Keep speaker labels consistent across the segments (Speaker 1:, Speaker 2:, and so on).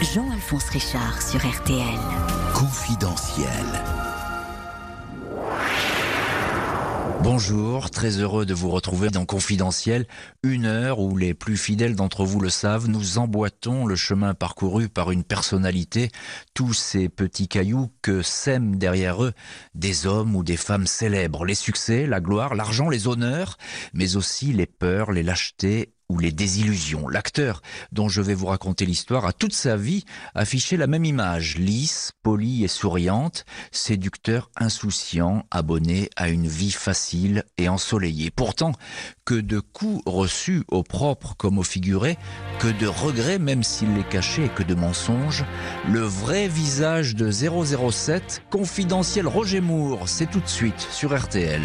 Speaker 1: Jean-Alphonse Richard sur RTL.
Speaker 2: Confidentiel. Bonjour, très heureux de vous retrouver dans Confidentiel, une heure où les plus fidèles d'entre vous le savent, nous emboîtons le chemin parcouru par une personnalité, tous ces petits cailloux que sèment derrière eux des hommes ou des femmes célèbres, les succès, la gloire, l'argent, les honneurs, mais aussi les peurs, les lâchetés ou les désillusions. L'acteur dont je vais vous raconter l'histoire a toute sa vie affiché la même image, lisse, polie et souriante, séducteur insouciant, abonné à une vie facile et ensoleillée. Pourtant, que de coups reçus au propre comme au figuré, que de regrets même s'il les cachait et que de mensonges, le vrai visage de 007, Confidentiel Roger Moore, c'est tout de suite sur RTL.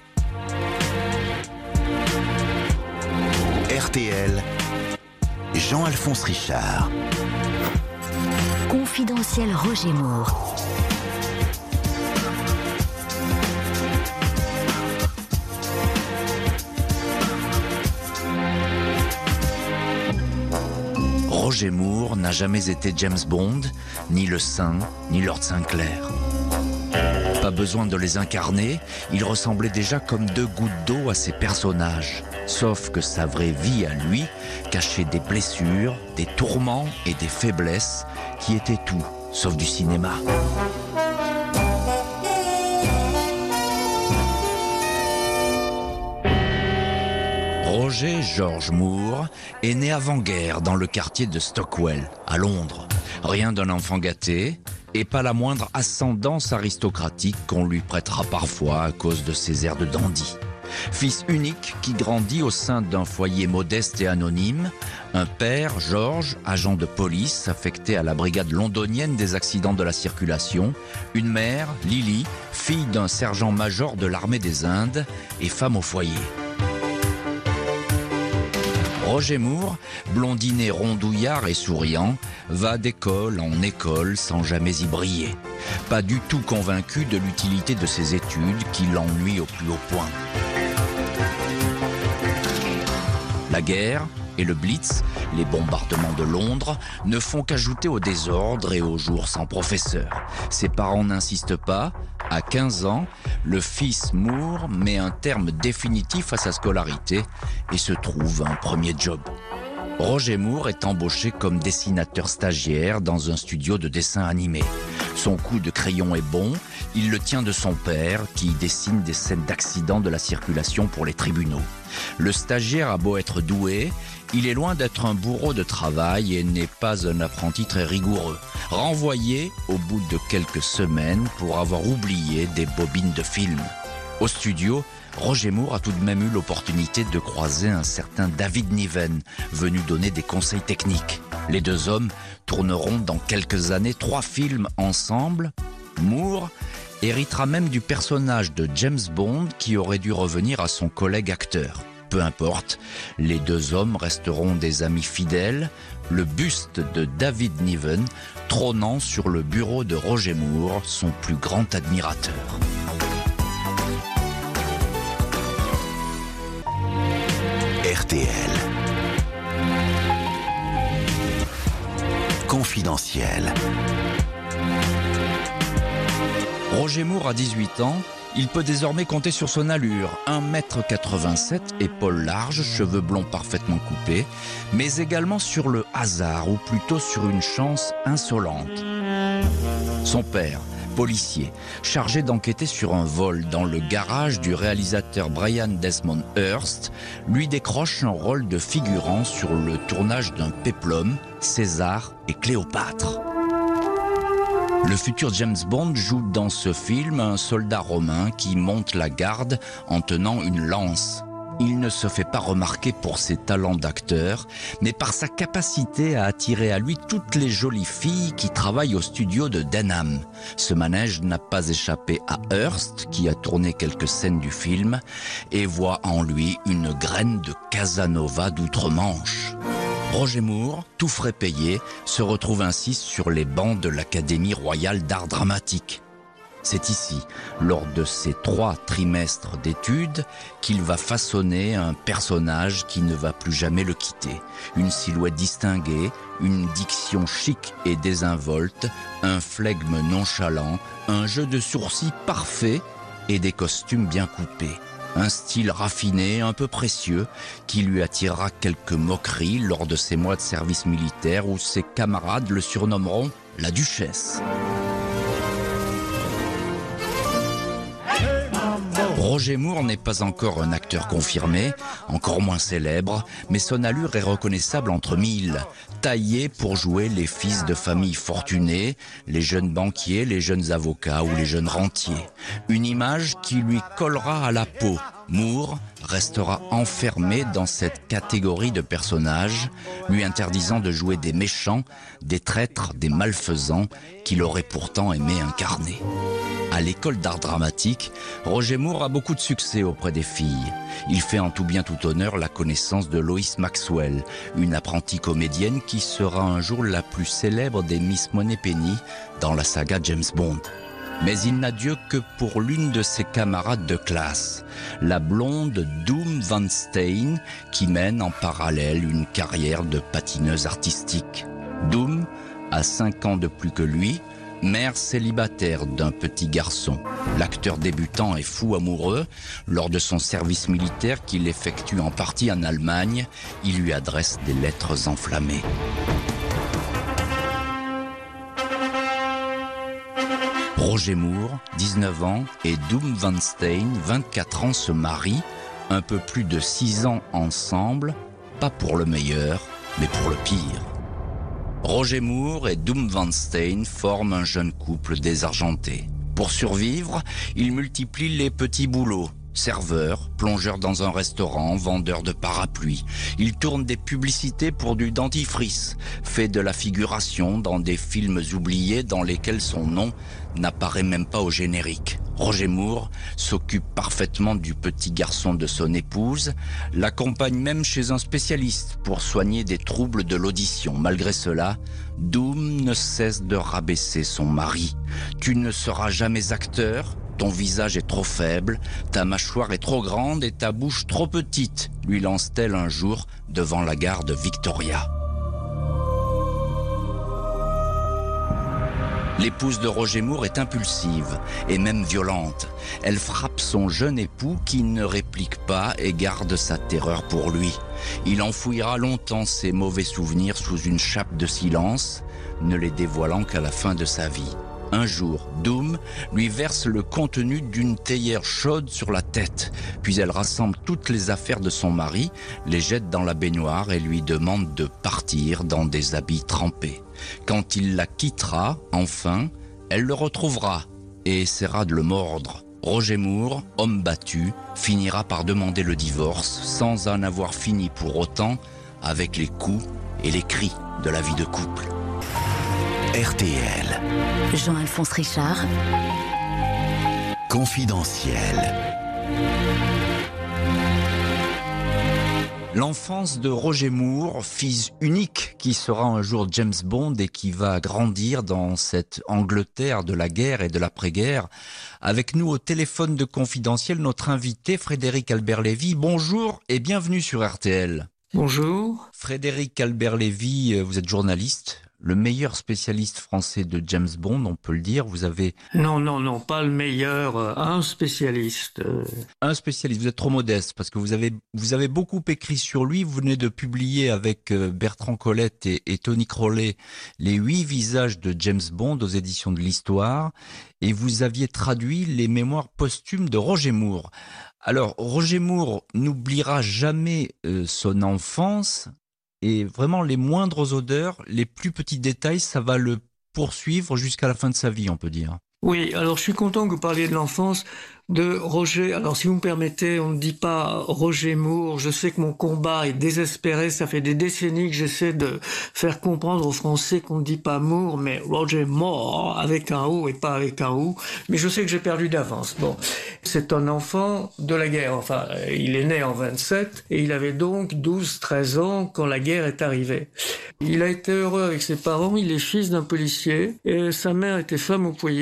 Speaker 3: RTL, Jean-Alphonse Richard.
Speaker 1: Confidentiel Roger Moore.
Speaker 2: Roger Moore n'a jamais été James Bond, ni le Saint, ni Lord Sinclair. Pas besoin de les incarner, il ressemblait déjà comme deux gouttes d'eau à ses personnages. Sauf que sa vraie vie à lui cachait des blessures, des tourments et des faiblesses qui étaient tout, sauf du cinéma. Roger George Moore est né avant-guerre dans le quartier de Stockwell, à Londres. Rien d'un enfant gâté et pas la moindre ascendance aristocratique qu'on lui prêtera parfois à cause de ses airs de dandy. Fils unique qui grandit au sein d'un foyer modeste et anonyme, un père, George, agent de police affecté à la brigade londonienne des accidents de la circulation, une mère, Lily, fille d'un sergent-major de l'armée des Indes et femme au foyer. Roger Moore, blondinet rondouillard et souriant, va d'école en école sans jamais y briller. Pas du tout convaincu de l'utilité de ses études qui l'ennuient au plus haut point. La guerre et le Blitz, les bombardements de Londres, ne font qu'ajouter au désordre et aux jours sans professeur. Ses parents n'insistent pas. À 15 ans, le fils Moore met un terme définitif à sa scolarité et se trouve un premier job. Roger Moore est embauché comme dessinateur stagiaire dans un studio de dessin animé. Son coup de crayon est bon, il le tient de son père qui dessine des scènes d'accidents de la circulation pour les tribunaux. Le stagiaire a beau être doué, il est loin d'être un bourreau de travail et n'est pas un apprenti très rigoureux. Renvoyé au bout de quelques semaines pour avoir oublié des bobines de film. Au studio, Roger Moore a tout de même eu l'opportunité de croiser un certain David Niven, venu donner des conseils techniques. Les deux hommes tourneront dans quelques années 3 films ensemble. Moore héritera même du personnage de James Bond qui aurait dû revenir à son collègue acteur. Peu importe, les deux hommes resteront des amis fidèles, le buste de David Niven trônant sur le bureau de Roger Moore, son plus grand admirateur.
Speaker 3: RTL. Confidentiel.
Speaker 2: Roger Moore a 18 ans, il peut désormais compter sur son allure, 1m87, épaules larges, cheveux blonds parfaitement coupés, mais également sur le hasard, ou plutôt sur une chance insolente. Son père, policier, chargé d'enquêter sur un vol dans le garage du réalisateur Brian Desmond Hurst, lui décroche un rôle de figurant sur le tournage d'un péplum, César et Cléopâtre. Le futur James Bond joue dans ce film un soldat romain qui monte la garde en tenant une lance. Il ne se fait pas remarquer pour ses talents d'acteur, mais par sa capacité à attirer à lui toutes les jolies filles qui travaillent au studio de Denham. Ce manège n'a pas échappé à Hurst, qui a tourné quelques scènes du film, et voit en lui une graine de Casanova d'outre-Manche. Roger Moore, tout frais payé, se retrouve ainsi sur les bancs de l'Académie royale d'art dramatique. C'est ici, lors de ces 3 trimestres d'études, qu'il va façonner un personnage qui ne va plus jamais le quitter. Une silhouette distinguée, une diction chic et désinvolte, un flegme nonchalant, un jeu de sourcils parfait et des costumes bien coupés. Un style raffiné, un peu précieux, qui lui attirera quelques moqueries lors de ses mois de service militaire où ses camarades le surnommeront la Duchesse. Roger Moore n'est pas encore un acteur confirmé, encore moins célèbre, mais son allure est reconnaissable entre mille. Taillé pour jouer les fils de familles fortunées, les jeunes banquiers, les jeunes avocats ou les jeunes rentiers. Une image qui lui collera à la peau. Moore restera enfermé dans cette catégorie de personnages, lui interdisant de jouer des méchants, des traîtres, des malfaisants qu'il aurait pourtant aimé incarner. À l'école d'art dramatique, Roger Moore a beaucoup de succès auprès des filles. Il fait en tout bien tout honneur la connaissance de Lois Maxwell, une apprentie comédienne qui sera un jour la plus célèbre des Miss Moneypenny dans la saga James Bond. Mais il n'a Dieu que pour l'une de ses camarades de classe, la blonde Doom Van Steen, qui mène en parallèle une carrière de patineuse artistique. Doom a 5 ans de plus que lui, mère célibataire d'un petit garçon. L'acteur débutant est fou amoureux. Lors de son service militaire qu'il effectue en partie en Allemagne, il lui adresse des lettres enflammées. Roger Moore, 19 ans, et Doom Van Steen, 24 ans, se marient, un peu plus de 6 ans ensemble, pas pour le meilleur, mais pour le pire. Roger Moore et Doom Van Steen forment un jeune couple désargenté. Pour survivre, ils multiplient les petits boulots. Serveur, plongeur dans un restaurant, vendeur de parapluies. Il tourne des publicités pour du dentifrice, fait de la figuration dans des films oubliés dans lesquels son nom n'apparaît même pas au générique. Roger Moore s'occupe parfaitement du petit garçon de son épouse, l'accompagne même chez un spécialiste pour soigner des troubles de l'audition. Malgré cela, Doom ne cesse de rabaisser son mari. « Tu ne seras jamais acteur ?» Ton visage est trop faible, ta mâchoire est trop grande et ta bouche trop petite, lui lance-t-elle un jour devant la gare de Victoria. L'épouse de Roger Moore est impulsive et même violente. Elle frappe son jeune époux qui ne réplique pas et garde sa terreur pour lui. Il enfouira longtemps ses mauvais souvenirs sous une chape de silence, ne les dévoilant qu'à la fin de sa vie. Un jour, Doom lui verse le contenu d'une théière chaude sur la tête. Puis elle rassemble toutes les affaires de son mari, les jette dans la baignoire et lui demande de partir dans des habits trempés. Quand il la quittera, enfin, elle le retrouvera et essaiera de le mordre. Roger Moore, homme battu, finira par demander le divorce sans en avoir fini pour autant avec les coups et les cris de la vie de couple.
Speaker 3: RTL.
Speaker 1: Jean-Alphonse Richard.
Speaker 3: Confidentiel.
Speaker 2: L'enfance de Roger Moore, fils unique qui sera un jour James Bond et qui va grandir dans cette Angleterre de la guerre et de l'après-guerre. Avec nous au téléphone de Confidentiel, notre invité Frédéric Albert-Lévy. Bonjour et bienvenue sur RTL.
Speaker 4: Bonjour.
Speaker 2: Frédéric Albert-Lévy, vous êtes journaliste, le meilleur spécialiste français de James Bond, on peut le dire. Vous avez...
Speaker 4: Non, pas le meilleur, un spécialiste.
Speaker 2: Un spécialiste, vous êtes trop modeste parce que vous avez beaucoup écrit sur lui. Vous venez de publier avec Bertrand Colette et Tony Crowley les 8 visages de James Bond aux éditions de l'Histoire. Et vous aviez traduit les mémoires posthumes de Roger Moore. Alors, Roger Moore n'oubliera jamais son enfance. Et vraiment, les moindres odeurs, les plus petits détails, ça va le poursuivre jusqu'à la fin de sa vie, on peut dire.
Speaker 4: Oui, alors je suis content que vous parliez de l'enfance de Roger. Alors si vous me permettez, on ne dit pas Roger Moore. Je sais que mon combat est désespéré. Ça fait des décennies que j'essaie de faire comprendre aux Français qu'on ne dit pas Moore, mais Roger Moore, avec un O et pas avec un O. Mais je sais que j'ai perdu d'avance. Bon, c'est un enfant de la guerre. Enfin, il est né en 27 et il avait donc 12-13 ans quand la guerre est arrivée. Il a été heureux avec ses parents. Il est fils d'un policier et sa mère était femme au foyer.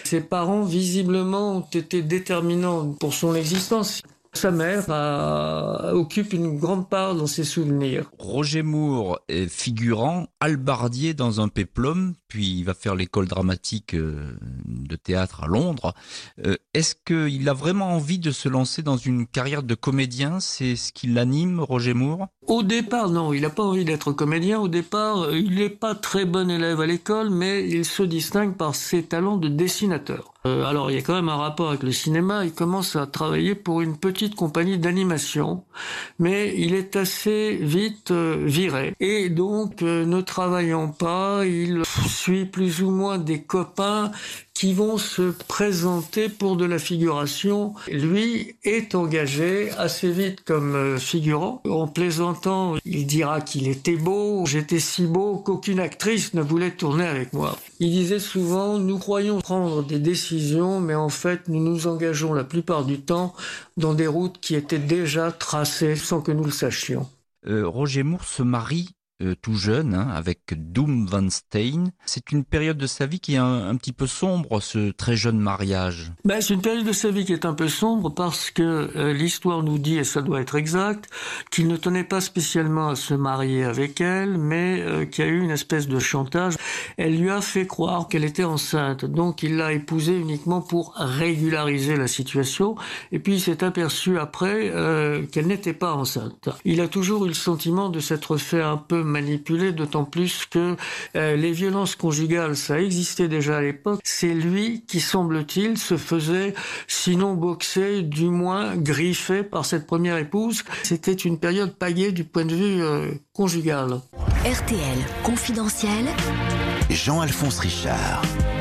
Speaker 4: Ses parents, visiblement, ont été déterminants pour son existence. Sa mère occupe une grande part dans ses souvenirs.
Speaker 2: Roger Moore est figurant, hallebardier dans un péplum, puis il va faire l'école dramatique de théâtre à Londres. Est-ce qu'il a vraiment envie de se lancer dans une carrière de comédien? C'est ce qui l'anime, Roger Moore?
Speaker 4: Au départ, non, il n'a pas envie d'être comédien. Au départ, il n'est pas très bon élève à l'école, mais il se distingue par ses talents de dessinateur. Alors, il y a quand même un rapport avec le cinéma. Il commence à travailler pour une petite compagnie d'animation, mais il est assez vite viré. Et donc, ne travaillant pas, il suit plus ou moins des copains qui vont se présenter pour de la figuration. Lui est engagé assez vite comme figurant. En plaisantant, il dira qu'il était beau, j'étais si beau qu'aucune actrice ne voulait tourner avec moi. Il disait souvent, nous croyons prendre des décisions, mais en fait, nous nous engageons la plupart du temps dans des routes qui étaient déjà tracées sans que nous le sachions.
Speaker 2: Roger Moore se marie tout jeune, avec Doom Van Steen. C'est une période de sa vie qui est un petit peu sombre, ce très jeune mariage.
Speaker 4: C'est une période de sa vie qui est un peu sombre parce que l'histoire nous dit, et ça doit être exact, qu'il ne tenait pas spécialement à se marier avec elle, mais qu'il y a eu une espèce de chantage. Elle lui a fait croire qu'elle était enceinte, donc il l'a épousée uniquement pour régulariser la situation, et puis il s'est aperçu après qu'elle n'était pas enceinte. Il a toujours eu le sentiment de s'être fait un peu manipulé, d'autant plus que les violences conjugales, ça existait déjà à l'époque. C'est lui qui, semble-t-il, se faisait, sinon boxer, du moins griffé par cette première épouse. C'était une période pagaie du point de vue conjugal.
Speaker 1: RTL confidentiel.
Speaker 3: Jean-Alphonse Richard.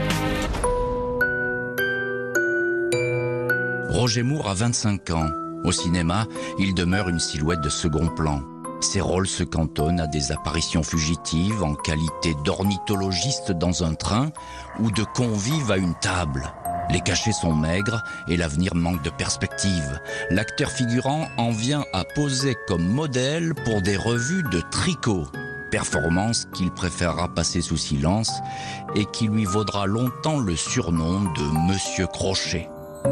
Speaker 2: Roger Moore a 25 ans. Au cinéma, il demeure une silhouette de second plan. Ses rôles se cantonnent à des apparitions fugitives en qualité d'ornithologiste dans un train ou de convive à une table. Les cachets sont maigres et l'avenir manque de perspective. L'acteur figurant en vient à poser comme modèle pour des revues de tricot. Performance qu'il préférera passer sous silence et qui lui vaudra longtemps le surnom de Monsieur Crochet.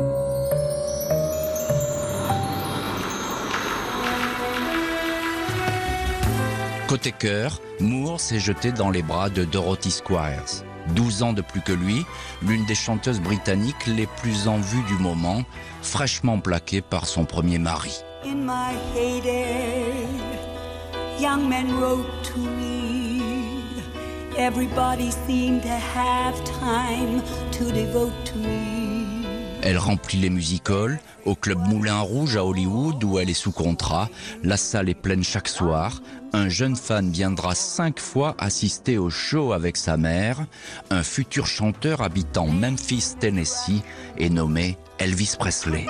Speaker 2: Côté cœur, Moore s'est jeté dans les bras de Dorothy Squires. 12 ans de plus que lui, l'une des chanteuses britanniques les plus en vue du moment, fraîchement plaquée par son premier mari.
Speaker 5: In my heyday, young men wrote to me. Everybody seemed to have time to devote to me.
Speaker 2: Elle remplit les music-halls, au club Moulin Rouge à Hollywood où elle est sous contrat. La salle est pleine chaque soir. Un jeune fan viendra 5 fois assister au show avec sa mère. Un futur chanteur habitant Memphis, Tennessee est nommé Elvis Presley.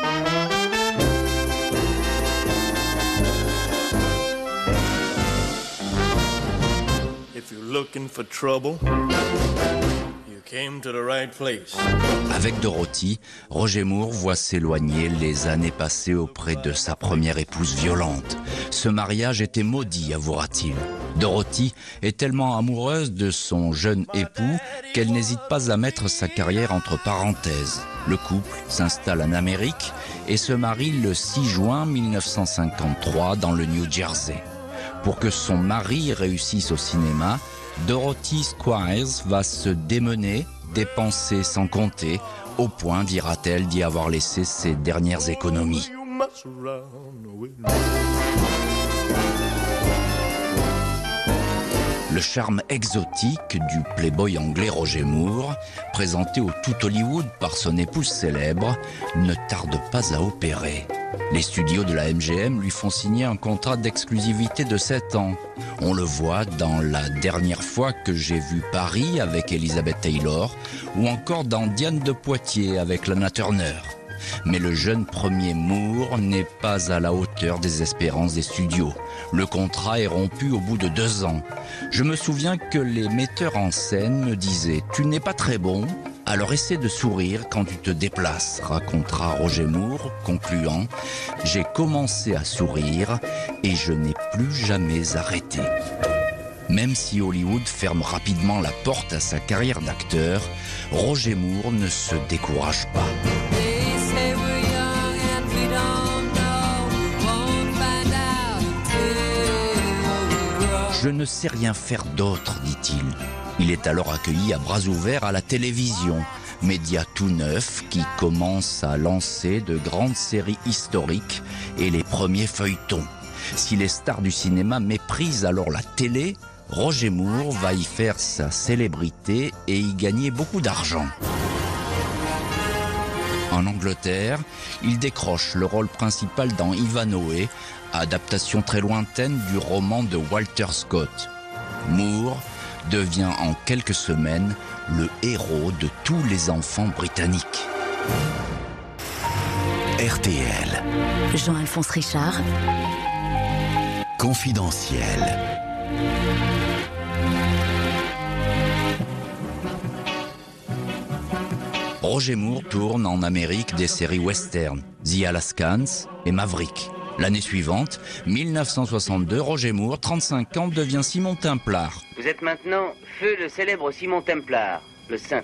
Speaker 6: If you're looking for trouble, you came to the right place.
Speaker 2: Avec Dorothy, Roger Moore voit s'éloigner les années passées auprès de sa première épouse violente. Ce mariage était maudit, avouera-t-il. Dorothy est tellement amoureuse de son jeune époux qu'elle n'hésite pas à mettre sa carrière entre parenthèses. Le couple s'installe en Amérique et se marie le 6 juin 1953 dans le New Jersey. Pour que son mari réussisse au cinéma, Dorothy Squires va se démener, dépenser sans compter, au point, dira-t-elle, d'y avoir laissé ses dernières économies. Le charme exotique du playboy anglais Roger Moore, présenté au tout Hollywood par son épouse célèbre, ne tarde pas à opérer. Les studios de la MGM lui font signer un contrat d'exclusivité de 7 ans. On le voit dans La dernière fois que j'ai vu Paris avec Elizabeth Taylor ou encore dans Diane de Poitiers avec Lana Turner. Mais le jeune premier Moore n'est pas à la hauteur des espérances des studios. Le contrat est rompu au bout de 2 ans. Je me souviens que les metteurs en scène me disaient « Tu n'es pas très bon, alors essaie de sourire quand tu te déplaces », racontera Roger Moore, concluant « J'ai commencé à sourire et je n'ai plus jamais arrêté ». Même si Hollywood ferme rapidement la porte à sa carrière d'acteur, Roger Moore ne se décourage pas. Je ne sais rien faire d'autre, dit-il. Il est alors accueilli à bras ouverts à la télévision, média tout neuf qui commence à lancer de grandes séries historiques et les premiers feuilletons. Si les stars du cinéma méprisent alors la télé, Roger Moore va y faire sa célébrité et y gagner beaucoup d'argent. En Angleterre, il décroche le rôle principal dans Ivanhoe, adaptation très lointaine du roman de Walter Scott. Moore devient en quelques semaines le héros de tous les enfants britanniques.
Speaker 3: RTL.
Speaker 1: Jean-Alphonse Richard.
Speaker 3: Confidentiel.
Speaker 2: Roger Moore tourne en Amérique des séries western, The Alaskans et Maverick. L'année suivante, 1962, Roger Moore, 35 ans, devient Simon Templar.
Speaker 7: Vous êtes maintenant feu le célèbre Simon Templar, le saint.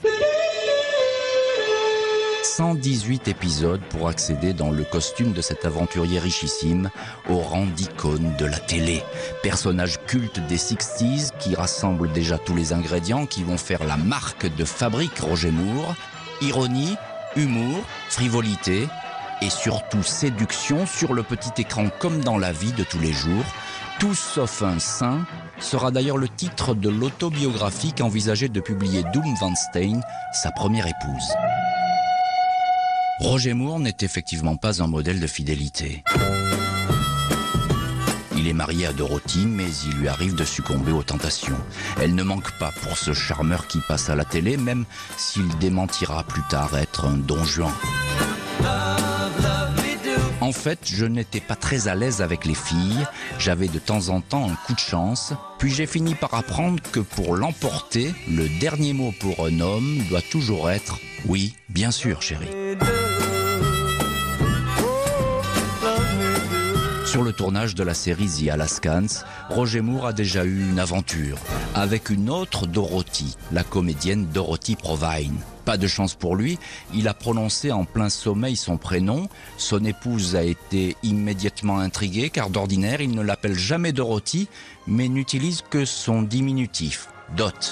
Speaker 2: 118 épisodes pour accéder dans le costume de cet aventurier richissime au rang d'icône de la télé. Personnage culte des 60s qui rassemble déjà tous les ingrédients qui vont faire la marque de fabrique Roger Moore. Ironie, humour, frivolité et surtout séduction sur le petit écran comme dans la vie de tous les jours. Tout sauf un saint sera d'ailleurs le titre de l'autobiographie qu'envisageait de publier Doom Van Steen, sa première épouse. Roger Moore n'est effectivement pas un modèle de fidélité. Il est marié à Dorothy, mais il lui arrive de succomber aux tentations. Elle ne manque pas pour ce charmeur qui passe à la télé, même s'il démentira plus tard être un Don Juan. En fait, je n'étais pas très à l'aise avec les filles, j'avais de temps en temps un coup de chance, puis j'ai fini par apprendre que pour l'emporter, le dernier mot pour un homme doit toujours être « oui, bien sûr, chérie ». Sur le tournage de la série The Alaskans, Roger Moore a déjà eu une aventure avec une autre Dorothy, la comédienne Dorothy Provine. Pas de chance pour lui, il a prononcé en plein sommeil son prénom. Son épouse a été immédiatement intriguée car d'ordinaire il ne l'appelle jamais Dorothy, mais n'utilise que son diminutif, Dot.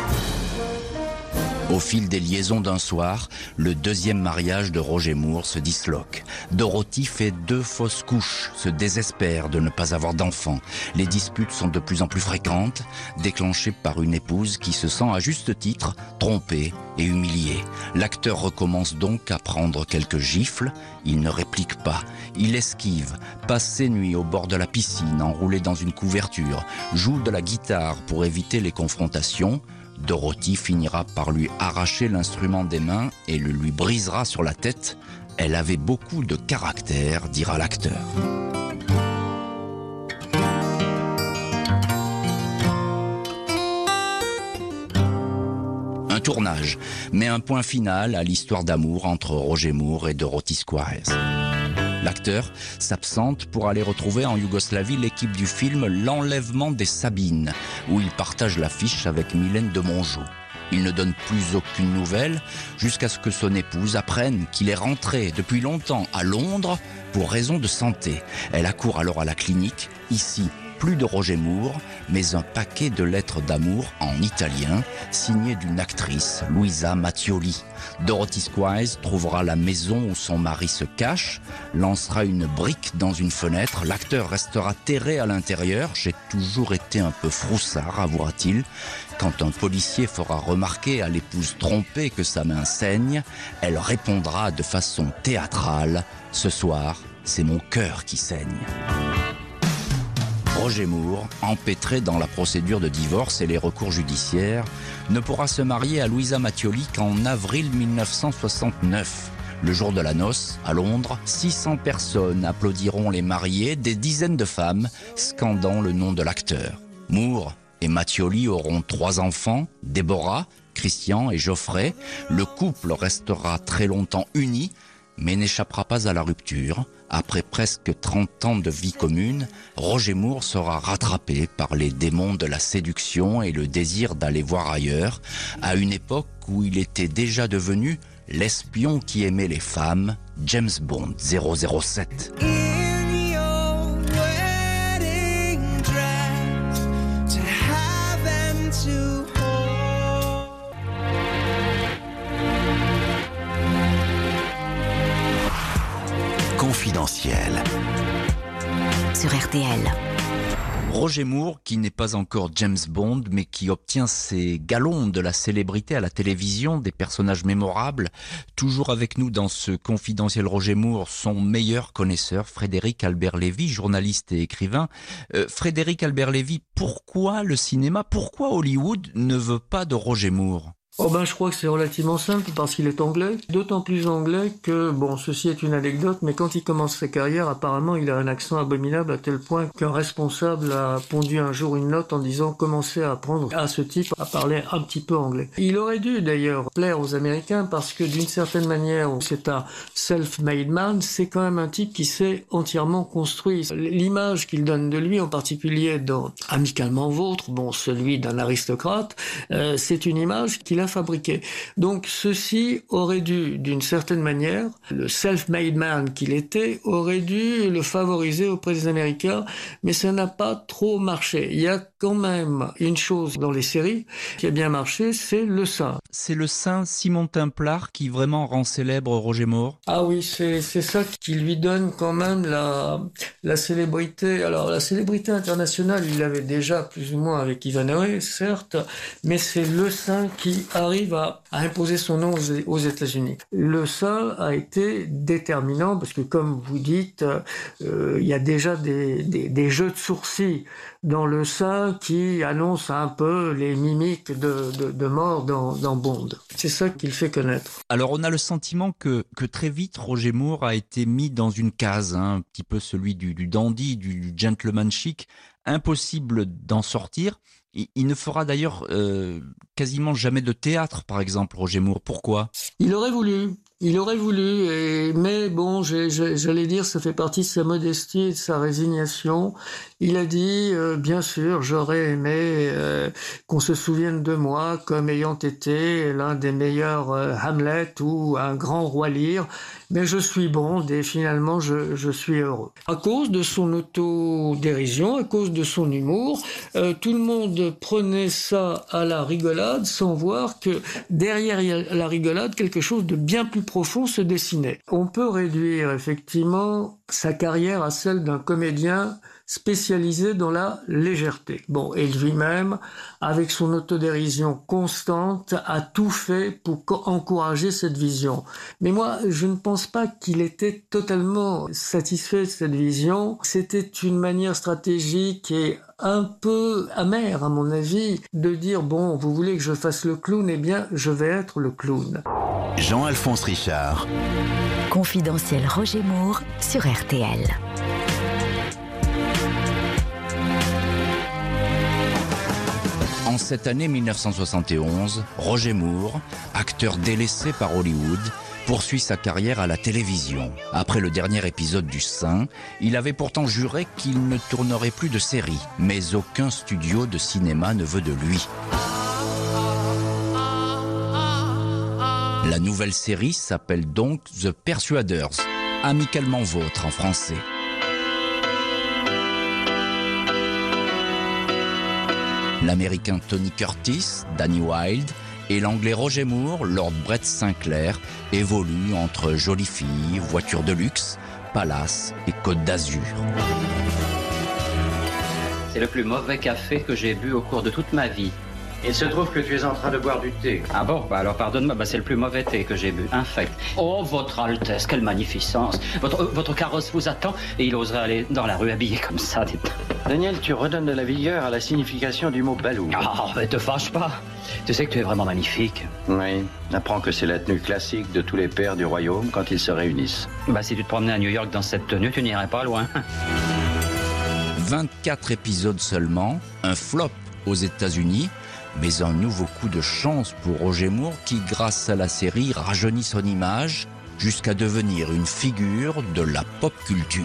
Speaker 2: Au fil des liaisons d'un soir, le deuxième mariage de Roger Moore se disloque. Dorothy fait 2 fausses couches, se désespère de ne pas avoir d'enfant. Les disputes sont de plus en plus fréquentes, déclenchées par une épouse qui se sent à juste titre trompée et humiliée. L'acteur recommence donc à prendre quelques gifles. Il ne réplique pas, il esquive, passe ses nuits au bord de la piscine, enroulé dans une couverture, joue de la guitare pour éviter les confrontations. Dorothy finira par lui arracher l'instrument des mains et le lui brisera sur la tête. Elle avait beaucoup de caractère, dira l'acteur. Un tournage, mais un point final à l'histoire d'amour entre Roger Moore et Dorothy Squires. L'acteur s'absente pour aller retrouver en Yougoslavie l'équipe du film L'Enlèvement des Sabines, où il partage l'affiche avec Mylène de Mongeau. Il ne donne plus aucune nouvelle jusqu'à ce que son épouse apprenne qu'il est rentré depuis longtemps à Londres pour raison de santé. Elle accourt alors à la clinique, ici. Plus de Roger Moore, mais un paquet de lettres d'amour en italien, signées d'une actrice, Luisa Mattioli. Dorothy Squires trouvera la maison où son mari se cache, lancera une brique dans une fenêtre, l'acteur restera terré à l'intérieur. J'ai toujours été un peu froussard, avouera-t-il. Quand un policier fera remarquer à l'épouse trompée que sa main saigne, elle répondra de façon théâtrale « Ce soir, c'est mon cœur qui saigne ». Roger Moore, empêtré dans la procédure de divorce et les recours judiciaires, ne pourra se marier à Luisa Mattioli qu'en avril 1969. Le jour de la noce, à Londres, 600 personnes applaudiront les mariés, des dizaines de femmes scandant le nom de l'acteur. Moore et Mattioli auront 3 enfants, Deborah, Christian et Geoffrey. Le couple restera très longtemps uni, mais n'échappera pas à la rupture. Après presque 30 ans de vie commune, Roger Moore sera rattrapé par les démons de la séduction et le désir d'aller voir ailleurs, à une époque où il était déjà devenu l'espion qui aimait les femmes, James Bond 007.
Speaker 3: Confidentiel.
Speaker 1: Sur RTL.
Speaker 2: Roger Moore, qui n'est pas encore James Bond, mais qui obtient ses galons de la célébrité à la télévision, des personnages mémorables. Toujours avec nous dans ce Confidentiel Roger Moore, son meilleur connaisseur, Frédéric Albert-Lévy, journaliste et écrivain. Frédéric Albert-Lévy, pourquoi le cinéma, pourquoi Hollywood ne veut pas de Roger Moore ?
Speaker 4: Je crois que c'est relativement simple parce qu'il est anglais. D'autant plus anglais que, ceci est une anecdote, mais quand il commence sa carrière, apparemment, il a un accent abominable à tel point qu'un responsable a pondu un jour une note en disant « Commencez à apprendre à ce type à parler un petit peu anglais ». Il aurait dû d'ailleurs plaire aux Américains parce que d'une certaine manière, c'est un self-made man, c'est quand même un type qui s'est entièrement construit. L'image qu'il donne de lui, en particulier dans Amicalement Vôtre, celui d'un aristocrate, c'est une image qu'il a fabriqué. Donc ceci aurait dû, d'une certaine manière, le self-made man qu'il était, aurait dû le favoriser auprès des Américains, mais ça n'a pas trop marché. Il y a quand même une chose dans les séries qui a bien marché, c'est le sein.
Speaker 2: C'est le sein Simon Templar qui vraiment rend célèbre Roger Moore ?
Speaker 4: Ah oui, c'est ça qui lui donne quand même la célébrité. Alors la célébrité internationale, il l'avait déjà plus ou moins avec Ivanhoe, certes, mais c'est le sein qui arrive à imposer son nom aux États-Unis. Le sein a été déterminant parce que, comme vous dites, il y a déjà des jeux de sourcils dans le sein qui annoncent un peu les mimiques de mort dans Bond. C'est ça qu'il fait connaître.
Speaker 2: Alors on a le sentiment que très vite Roger Moore a été mis dans une case, un petit peu celui du dandy, du gentleman chic, impossible d'en sortir. Il ne fera d'ailleurs quasiment jamais de théâtre, par exemple, Roger Moore. Pourquoi ?
Speaker 4: Il aurait voulu, mais j'allais dire, ça fait partie de sa modestie et de sa résignation. Il a dit, bien sûr, j'aurais aimé qu'on se souvienne de moi comme ayant été l'un des meilleurs Hamlet ou un grand roi Lear, mais je suis Bond et finalement je suis heureux. À cause de son autodérision, à cause de son humour, tout le monde prenait ça à la rigolade sans voir que derrière la rigolade, quelque chose de bien plus profond se dessinait. On peut réduire effectivement sa carrière à celle d'un comédien spécialisé dans la légèreté. Et lui-même, avec son autodérision constante, a tout fait pour encourager cette vision. Mais moi, je ne pense pas qu'il était totalement satisfait de cette vision. C'était une manière stratégique et un peu amère, à mon avis, de dire, vous voulez que je fasse le clown, eh bien, je vais être le clown.
Speaker 3: Jean-Alphonse Richard.
Speaker 1: Confidentiel Roger Moore sur RTL.
Speaker 2: En cette année 1971, Roger Moore, acteur délaissé par Hollywood, poursuit sa carrière à la télévision. Après le dernier épisode du Sein, il avait pourtant juré qu'il ne tournerait plus de séries, mais aucun studio de cinéma ne veut de lui. La nouvelle série s'appelle donc The Persuaders, Amicalement Vôtre en français. L'Américain Tony Curtis, Danny Wilde et l'Anglais Roger Moore, Lord Brett Sinclair, évoluent entre jolies filles, voitures de luxe, palaces et Côte d'Azur.
Speaker 8: C'est le plus mauvais café que j'ai bu au cours de toute ma vie.
Speaker 9: Il se trouve que tu es en train de boire du thé.
Speaker 8: Ah bon, alors pardonne-moi, c'est le plus mauvais thé que j'ai bu, infect. Oh, votre Altesse, quelle magnificence. Votre carrosse vous attend et il oserait aller dans la rue habillé comme ça.
Speaker 9: Daniel, tu redonnes de la vigueur à la signification du mot balou.
Speaker 8: Ah, mais te fâche pas. Tu sais que tu es vraiment magnifique.
Speaker 9: Oui, apprends que c'est la tenue classique de tous les pères du royaume quand ils se réunissent.
Speaker 8: Si tu te promenais à New York dans cette tenue, tu n'irais pas loin.
Speaker 2: 24 épisodes seulement, un flop aux États-Unis, mais un nouveau coup de chance pour Roger Moore qui, grâce à la série, rajeunit son image jusqu'à devenir une figure de la pop culture.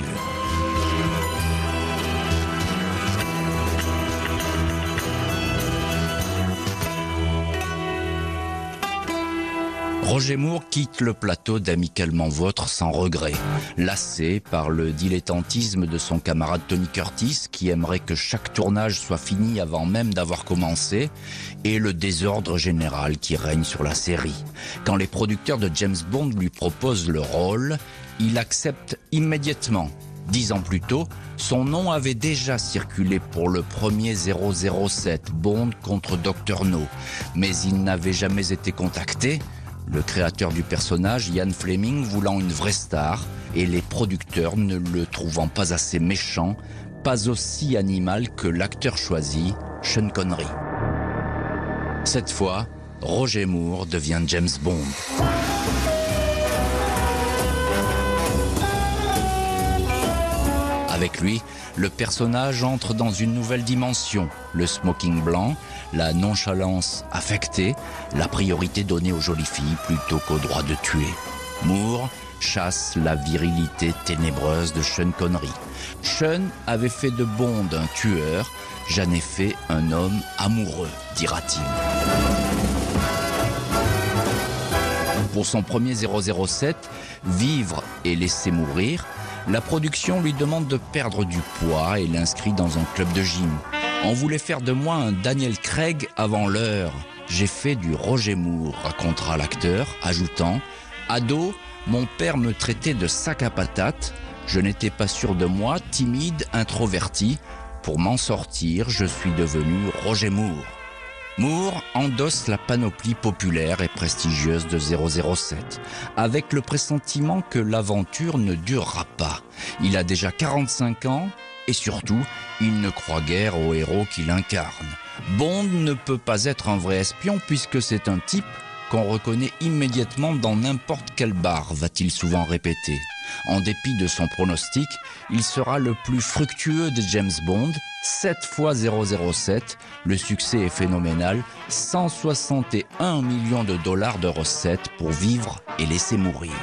Speaker 2: Roger Moore quitte le plateau d'Amicalement Vôtre sans regret, lassé par le dilettantisme de son camarade Tony Curtis qui aimerait que chaque tournage soit fini avant même d'avoir commencé, et le désordre général qui règne sur la série. Quand les producteurs de James Bond lui proposent le rôle, il accepte immédiatement. 10 ans plus tôt, son nom avait déjà circulé pour le premier 007, Bond contre Dr No, mais il n'avait jamais été contacté. Le créateur du personnage, Ian Fleming, voulant une vraie star, et les producteurs ne le trouvant pas assez méchant, pas aussi animal que l'acteur choisi, Sean Connery. Cette fois, Roger Moore devient James Bond. Avec lui, le personnage entre dans une nouvelle dimension. Le smoking blanc, la nonchalance affectée, la priorité donnée aux jolies filles plutôt qu'au droit de tuer. Moore chasse la virilité ténébreuse de Sean Connery. Sean avait fait de Bond un tueur, j'en ai fait un homme amoureux, dira-t-il. Pour son premier 007, Vivre et laisser mourir, la production lui demande de perdre du poids et l'inscrit dans un club de gym. On voulait faire de moi un Daniel Craig avant l'heure. J'ai fait du Roger Moore, racontera l'acteur, ajoutant « Ado, mon père me traitait de sac à patates. Je n'étais pas sûr de moi, timide, introverti. Pour m'en sortir, je suis devenu Roger Moore. » Moore endosse la panoplie populaire et prestigieuse de 007, avec le pressentiment que l'aventure ne durera pas. Il a déjà 45 ans et surtout, il ne croit guère au héros qu'il incarne. Bond ne peut pas être un vrai espion puisque c'est un type qu'on reconnaît immédiatement dans n'importe quel bar, va-t-il souvent répéter. En dépit de son pronostic, il sera le plus fructueux de James Bond, 7 fois 007, le succès est phénoménal, 161 millions de dollars de recettes pour vivre et laisser mourir.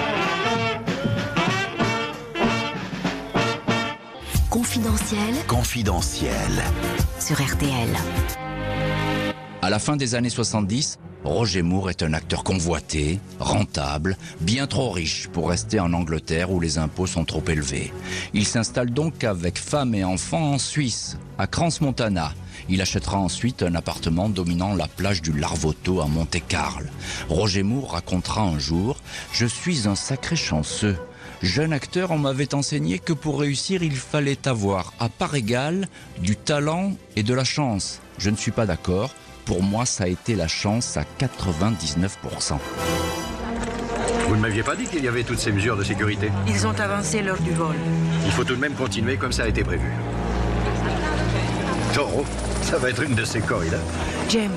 Speaker 1: Confidentiel sur RTL.
Speaker 2: À la fin des années 70, Roger Moore est un acteur convoité, rentable, bien trop riche pour rester en Angleterre où les impôts sont trop élevés. Il s'installe donc avec femme et enfants en Suisse, à Crans-Montana. Il achètera ensuite un appartement dominant la plage du Larvoto à Monte-Carlo. Roger Moore racontera un jour « Je suis un sacré chanceux. Jeune acteur, on m'avait enseigné que pour réussir, il fallait avoir à part égale du talent et de la chance. Je ne suis pas d'accord. Pour moi, ça a été la chance à 99%.
Speaker 9: Vous ne m'aviez pas dit qu'il y avait toutes ces mesures de sécurité?
Speaker 10: Ils ont avancé lors du vol.
Speaker 9: Il faut tout de même continuer comme ça a été prévu. Taureau, ça va être une de ces corridas.
Speaker 10: James,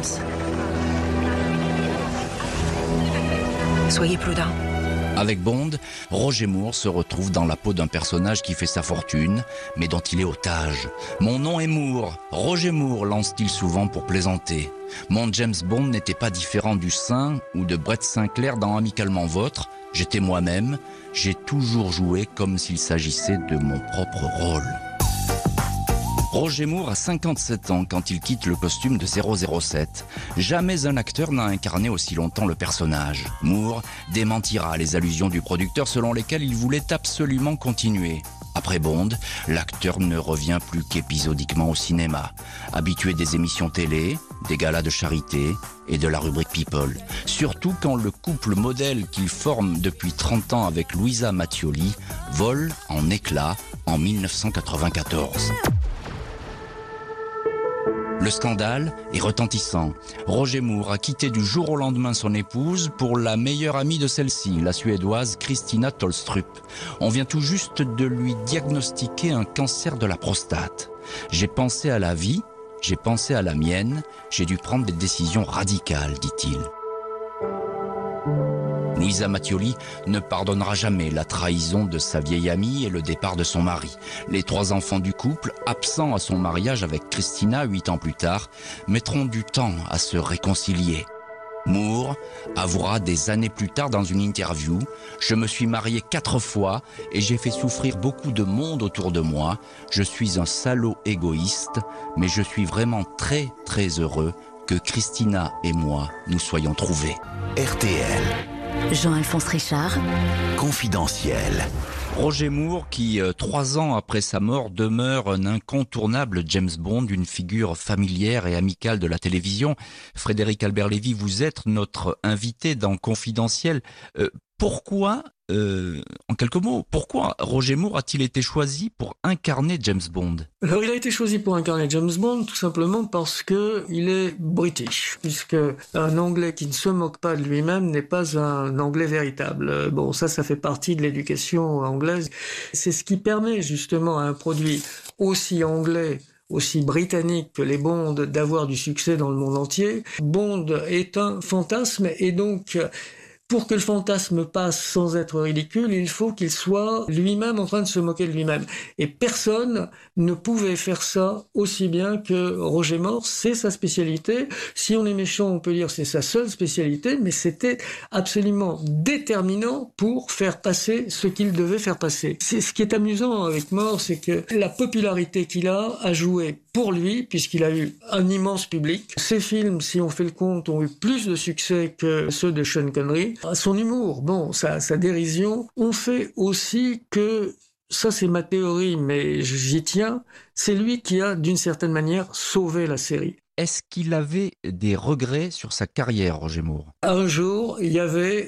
Speaker 10: soyez prudent.
Speaker 2: Avec Bond, Roger Moore se retrouve dans la peau d'un personnage qui fait sa fortune, mais dont il est otage. Mon nom est Moore. Roger Moore lance-t-il souvent pour plaisanter. Mon James Bond n'était pas différent du Saint ou de Brett Sinclair dans Amicalement Vôtre. J'étais moi-même. J'ai toujours joué comme s'il s'agissait de mon propre rôle. Roger Moore a 57 ans quand il quitte le costume de 007. Jamais un acteur n'a incarné aussi longtemps le personnage. Moore démentira les allusions du producteur selon lesquelles il voulait absolument continuer. Après Bond, l'acteur ne revient plus qu'épisodiquement au cinéma. Habitué des émissions télé, des galas de charité et de la rubrique People. Surtout quand le couple modèle qu'il forme depuis 30 ans avec Louisa Mattioli vole en éclats en 1994. Le scandale est retentissant. Roger Moore a quitté du jour au lendemain son épouse pour la meilleure amie de celle-ci, la Suédoise Kristina Tolstrup. On vient tout juste de lui diagnostiquer un cancer de la prostate. J'ai pensé à la vie, j'ai pensé à la mienne, j'ai dû prendre des décisions radicales, dit-il. Louisa Mattioli ne pardonnera jamais la trahison de sa vieille amie et le départ de son mari. Les 3 enfants du couple, absents à son mariage avec Christina 8 ans plus tard, mettront du temps à se réconcilier. Moore avouera des années plus tard dans une interview « Je me suis marié 4 fois et j'ai fait souffrir beaucoup de monde autour de moi. Je suis un salaud égoïste, mais je suis vraiment très très heureux que Christina et moi nous soyons trouvés. »
Speaker 3: RTL.
Speaker 1: Jean-Alphonse Richard.
Speaker 3: Confidentiel.
Speaker 2: Roger Moore, qui 3 ans après sa mort demeure un incontournable James Bond, une figure familière et amicale de la télévision. Frédéric Albert-Lévy, vous êtes notre invité dans Confidentiel. Pourquoi, en quelques mots, pourquoi Roger Moore a-t-il été choisi pour incarner James Bond ?
Speaker 4: Alors, il a été choisi pour incarner James Bond tout simplement parce que il est british, puisque un Anglais qui ne se moque pas de lui-même n'est pas un Anglais véritable. Bon, ça fait partie de l'éducation anglaise. C'est ce qui permet justement à un produit aussi anglais, aussi britannique que les Bond d'avoir du succès dans le monde entier. Bond est un fantasme et donc, pour que le fantasme passe sans être ridicule, il faut qu'il soit lui-même en train de se moquer de lui-même. Et personne ne pouvait faire ça aussi bien que Roger Moore. C'est sa spécialité. Si on est méchant, on peut dire c'est sa seule spécialité, mais c'était absolument déterminant pour faire passer ce qu'il devait faire passer. C'est ce qui est amusant avec Moore, c'est que la popularité qu'il a joué pour lui, puisqu'il a eu un immense public. Ses films, si on fait le compte, ont eu plus de succès que ceux de Sean Connery. Son humour, bon, sa dérision, ont fait aussi que, ça c'est ma théorie, mais j'y tiens, c'est lui qui a, d'une certaine manière, sauvé la série.
Speaker 2: Est-ce qu'il avait des regrets sur sa carrière, Roger Moore ?
Speaker 4: Un jour, il y avait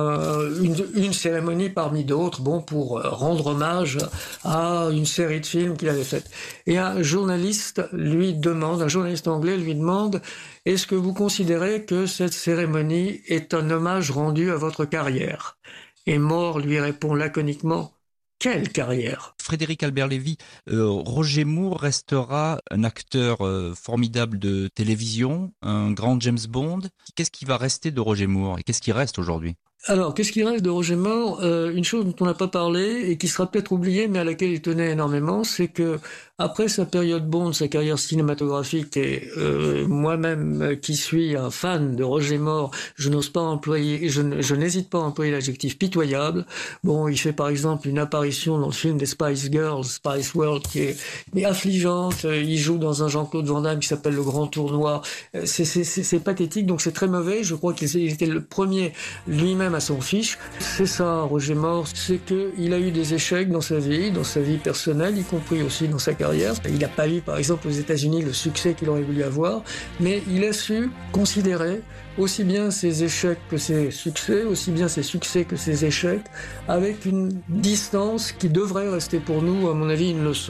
Speaker 4: une cérémonie parmi d'autres, pour rendre hommage à une série de films qu'il avait faite. Et un journaliste anglais lui demande « Est-ce que vous considérez que cette cérémonie est un hommage rendu à votre carrière ?» Et Moore lui répond laconiquement « Quelle carrière ?»
Speaker 2: Frédéric Albert-Lévy, Roger Moore restera un acteur formidable de télévision, un grand James Bond. Qu'est-ce qui va rester de Roger Moore et qu'est-ce qui reste aujourd'hui ?
Speaker 4: Alors, qu'est-ce qui reste de Roger Moore ? Une chose dont on n'a pas parlé et qui sera peut-être oubliée, mais à laquelle il tenait énormément, c'est que après sa période Bond, sa carrière cinématographique, et moi-même qui suis un fan de Roger Moore, je n'hésite pas à employer l'adjectif pitoyable. Bon, il fait par exemple une apparition dans le film des Spice Girls, Spice World, qui est affligeante. Il joue dans un Jean-Claude Van Damme qui s'appelle Le Grand Tournoi. C'est pathétique, donc c'est très mauvais. Je crois qu'il était le premier lui-même à s'en fiche. C'est ça, Roger Moore, c'est qu'il a eu des échecs dans sa vie personnelle, y compris aussi dans sa carrière. Il n'a pas eu, par exemple, aux États-Unis le succès qu'il aurait voulu avoir, mais il a su considérer aussi bien ses échecs que ses succès, aussi bien ses succès que ses échecs, avec une distance qui devrait rester pour nous, à mon avis, une leçon.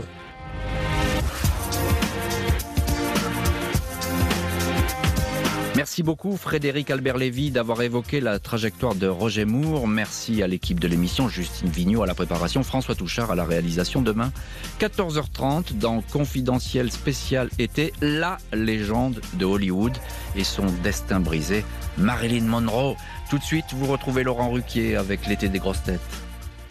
Speaker 2: Merci beaucoup Frédéric Albert-Lévy d'avoir évoqué la trajectoire de Roger Moore. Merci à l'équipe de l'émission, Justine Vigneault à la préparation, François Touchard à la réalisation. Demain, 14h30, dans Confidentiel spécial été, la légende de Hollywood et son destin brisé, Marilyn Monroe. Tout de suite, vous retrouvez Laurent Ruquier avec l'été des grosses têtes.